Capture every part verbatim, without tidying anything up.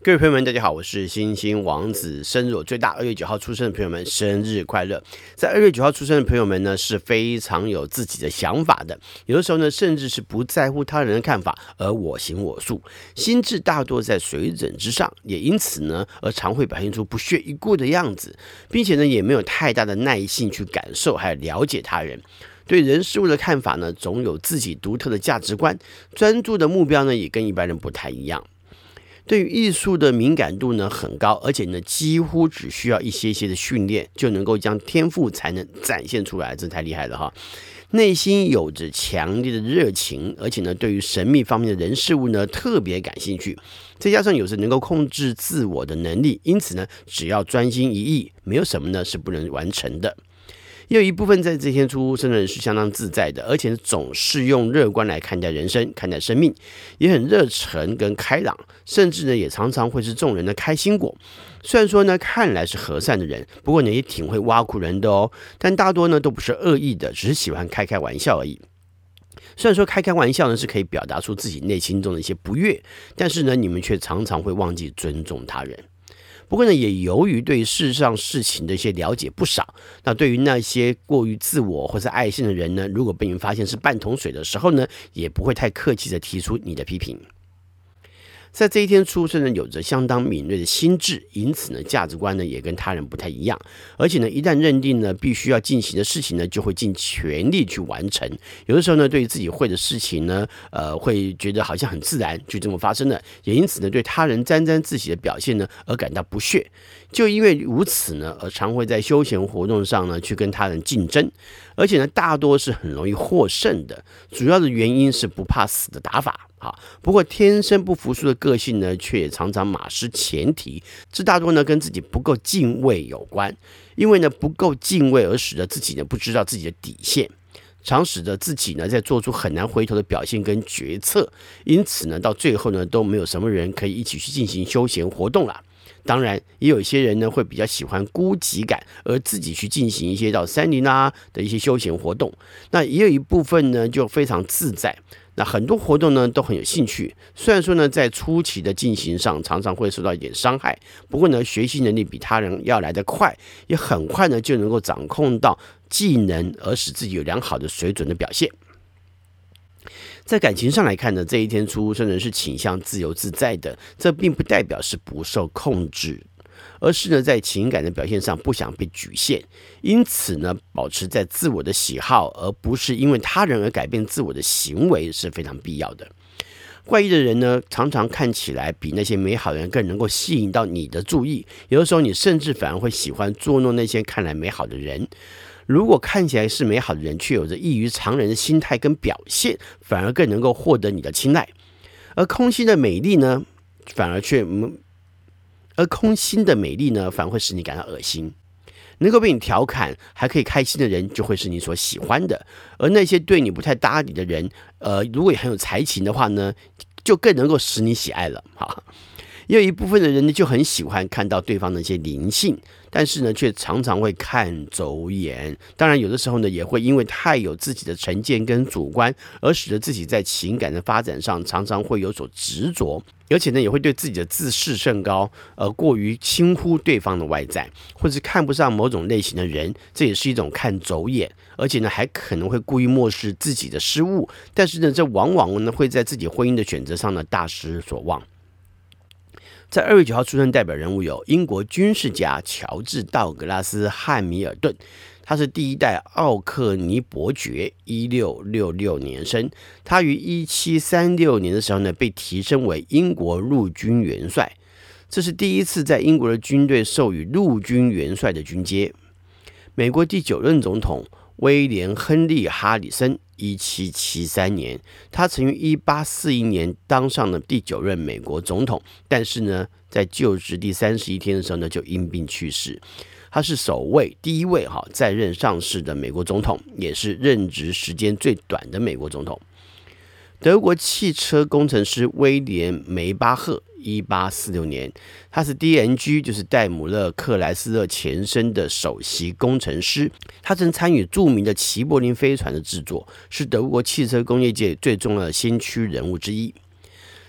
各位朋友们，大家好，我是星星王子。生日我最大，二月九号出生的朋友们，生日快乐！在二月九号出生的朋友们呢，是非常有自己的想法的，有的时候呢，甚至是不在乎他人的看法，而我行我素，心智大多在水准之上，也因此呢，而常会表现出不屑一顾的样子，并且呢，也没有太大的耐性去感受还有了解他人。对人事物的看法呢，总有自己独特的价值观，专注的目标呢，也跟一般人不太一样。对于艺术的敏感度呢很高，而且呢几乎只需要一些些的训练就能够将天赋才能展现出来，这太厉害了哈！内心有着强烈的热情，而且呢对于神秘方面的人事物呢特别感兴趣，再加上有着能够控制自我的能力，因此呢只要专心一意，没有什么呢是不能完成的。也有一部分在这天出生的人是相当自在的，而且总是用乐观来看待人生、看待生命，也很热忱跟开朗，甚至呢也常常会是众人的开心果。虽然说呢看来是和善的人，不过呢也挺会挖苦人的哦，但大多呢都不是恶意的，只是喜欢开开玩笑而已。虽然说开开玩笑呢是可以表达出自己内心中的一些不悦，但是呢你们却常常会忘记尊重他人。不过呢，也由于对世上事情的一些了解不少，那对于那些过于自我或是爱现的人呢，如果被你们发现是半桶水的时候呢，也不会太客气的提出你的批评。在这一天出生的有着相当敏锐的心智，因此呢，价值观呢也跟他人不太一样，而且呢，一旦认定呢必须要进行的事情呢，就会尽全力去完成。有的时候呢，对于自己会的事情呢，呃，会觉得好像很自然就这么发生了，也因此呢，对他人沾沾自喜的表现呢而感到不屑。就因为如此呢，而常会在休闲活动上呢去跟他人竞争，而且呢，大多是很容易获胜的。主要的原因是不怕死的打法。好，不过天生不服输的个性呢，却也常常马失前蹄。这大多呢跟自己不够敬畏有关，因为呢不够敬畏而使得自己呢不知道自己的底线，常使得自己呢在做出很难回头的表现跟决策。因此呢，到最后呢都没有什么人可以一起去进行休闲活动了。当然，也有一些人呢会比较喜欢孤寂感，而自己去进行一些到山林啊的一些休闲活动。那也有一部分呢就非常自在。那很多活动呢都很有兴趣，虽然说呢在初期的进行上常常会受到一点伤害，不过呢学习能力比他人要来得快，也很快呢就能够掌控到技能，而使自己有良好的水准的表现。在感情上来看呢，这一天出生人是倾向自由自在的，这并不代表是不受控制，而是呢在情感的表现上不想被局限，因此呢保持在自我的喜好，而不是因为他人而改变自我的行为是非常必要的。怪异的人呢，常常看起来比那些美好的人更能够吸引到你的注意，有的时候你甚至反而会喜欢捉弄那些看来美好的人。如果看起来是美好的人，却有着异于常人的心态跟表现，反而更能够获得你的青睐。而空心的美丽呢，反而却而空心的美丽呢，反而会使你感到恶心。能够被你调侃还可以开心的人，就会是你所喜欢的。而那些对你不太搭理的人，呃，如果也很有才情的话呢，就更能够使你喜爱了。好。也有一部分的人呢，就很喜欢看到对方的一些灵性，但是呢，却常常会看走眼。当然，有的时候呢，也会因为太有自己的成见跟主观，而使得自己在情感的发展上常常会有所执着，而且呢，也会对自己的自视甚高，而过于轻忽对方的外在，或是看不上某种类型的人，这也是一种看走眼。而且呢，还可能会故意漠视自己的失误，但是呢，这往往呢，会在自己婚姻的选择上呢，大失所望。在二月九号出生代表人物有英国军事家乔治·道格拉斯·汉密尔顿，他是第一代奥克尼伯爵，一六六六年生。他于一七三六年的时候呢，被提升为英国陆军元帅，这是第一次在英国的军队授予陆军元帅的军阶。美国第九任总统威廉·亨利·哈里森，一七七三年，他曾于一八四一年当上了第九任美国总统，但是呢，在就职第三十一天的时候呢，就因病去世。他是首位、第一位哈在任上市的美国总统，也是任职时间最短的美国总统。德国汽车工程师威廉·梅巴赫，一八四六年，他是 D N G， 就是戴姆勒克莱斯勒前身的首席工程师。他曾参与著名的齐柏林飞船的制作，是德国汽车工业界最重要的先驱人物之一。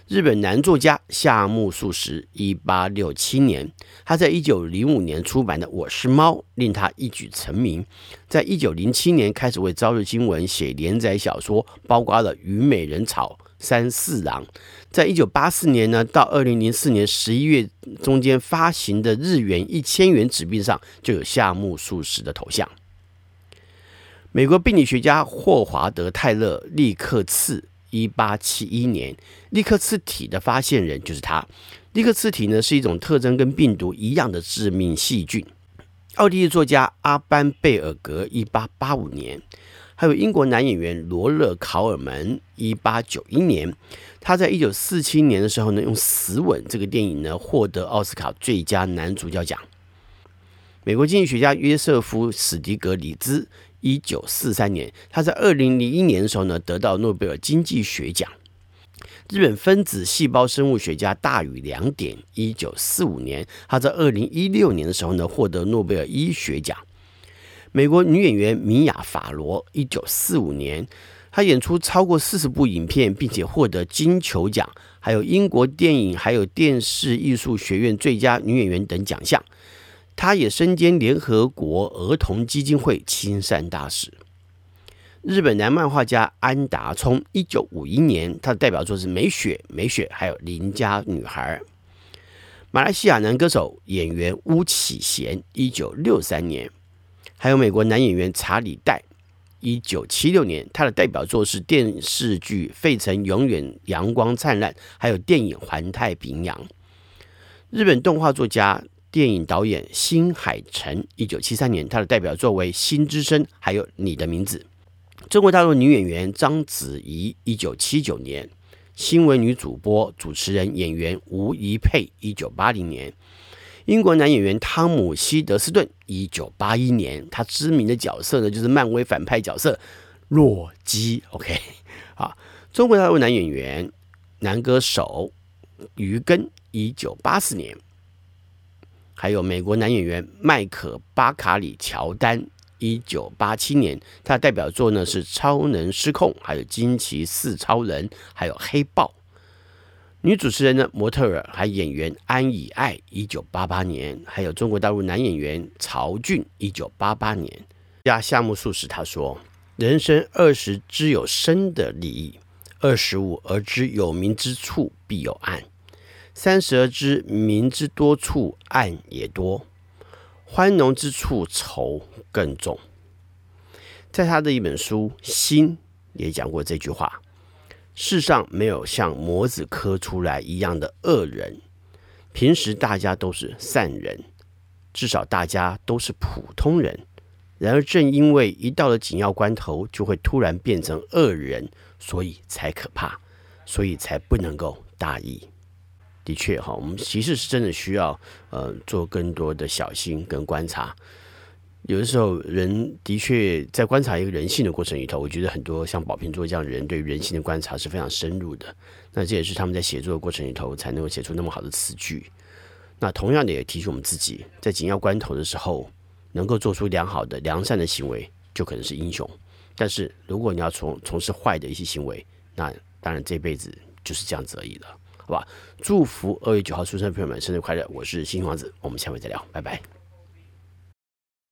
日本男作家夏目漱石，一八六七年，他在一九零五年出版的《我是猫》令他一举成名。在一九零七年开始为朝日新闻写连载小说，包括了《虞美人草》《三四郎》。在一九八四年呢，到二零零四年十一月中间发行的日元一千元纸币上就有夏目漱石的头像。美国病理学家霍华德·泰勒·利克茨，一八七一年，利克茨体的发现人就是他。利克茨体呢是一种特征跟病毒一样的致命细菌。奥地利作家阿班贝尔格，一八八五年，还有英国男演员罗勒考尔门，一八九一年。他在一九四七年的时候呢，用《死吻》这个电影呢获得奥斯卡最佳男主角奖。美国经济学家约瑟夫·史迪格里兹，一九四三年，他在二零零一年的时候呢得到诺贝尔经济学奖。日本分子细胞生物学家大宇良典，一九四五年，他在二零一六年的时候呢获得诺贝尔医学奖。美国女演员米娅·法罗，一九四五年，她演出超过四十部影片，并且获得金球奖，还有英国电影还有电视艺术学院最佳女演员等奖项。她也身兼联合国儿童基金会亲善大使。日本男漫画家安达充，一九五一年，他的代表作是《美雪》、《美雪》还有《邻家女孩》。马来西亚男歌手演员巫启贤，一九六三年。还有美国男演员查理戴，一九七六年，他的代表作是电视剧《费城永远阳光灿烂》，还有电影《环太平洋》。日本动画作家、电影导演新海诚，一九七三年，他的代表作为《心之声》，还有《你的名字》。中国大陆女演员章子怡，一九七九年；新闻女主播、主持人、演员吴怡佩，一九八零年；英国男演员汤姆·希德斯顿，一九八一年。他知名的角色呢，就是漫威反派角色洛基。OK， 啊，中国大陆男演员、男歌手于根，一九八四年；还有美国男演员迈克·巴卡里乔丹。一九八七年，他的代表作呢是《超能失控》，还有《惊奇四超人》，还有《黑豹》。女主持人呢，模特儿还演员安以爱，一九八八年；还有中国大陆男演员曹骏，一九八八年。加夏目漱石他说：“人生二十之有生的利益，二十五而知有明之处必有暗，三十而知明之多处暗也多。”欢浓之处愁更重。在他的一本书《心》也讲过这句话：世上没有像模子刻出来一样的恶人，平时大家都是善人，至少大家都是普通人。然而正因为一到了紧要关头就会突然变成恶人，所以才可怕，所以才不能够大意。的确哈，我们其实是真的需要呃做更多的小心跟观察。有的时候人的确在观察一个人性的过程里头，我觉得很多像宝瓶座这样的人对人性的观察是非常深入的。那这也是他们在写作的过程里头才能够写出那么好的词句。那同样的也提醒我们自己，在紧要关头的时候，能够做出良好的良善的行为，就可能是英雄。但是如果你要从从事坏的一些行为，那当然这辈子就是这样子而已了。好吧，祝福二月九号出生的朋友们生日快乐！我是星星王子，我们下回再聊，拜拜。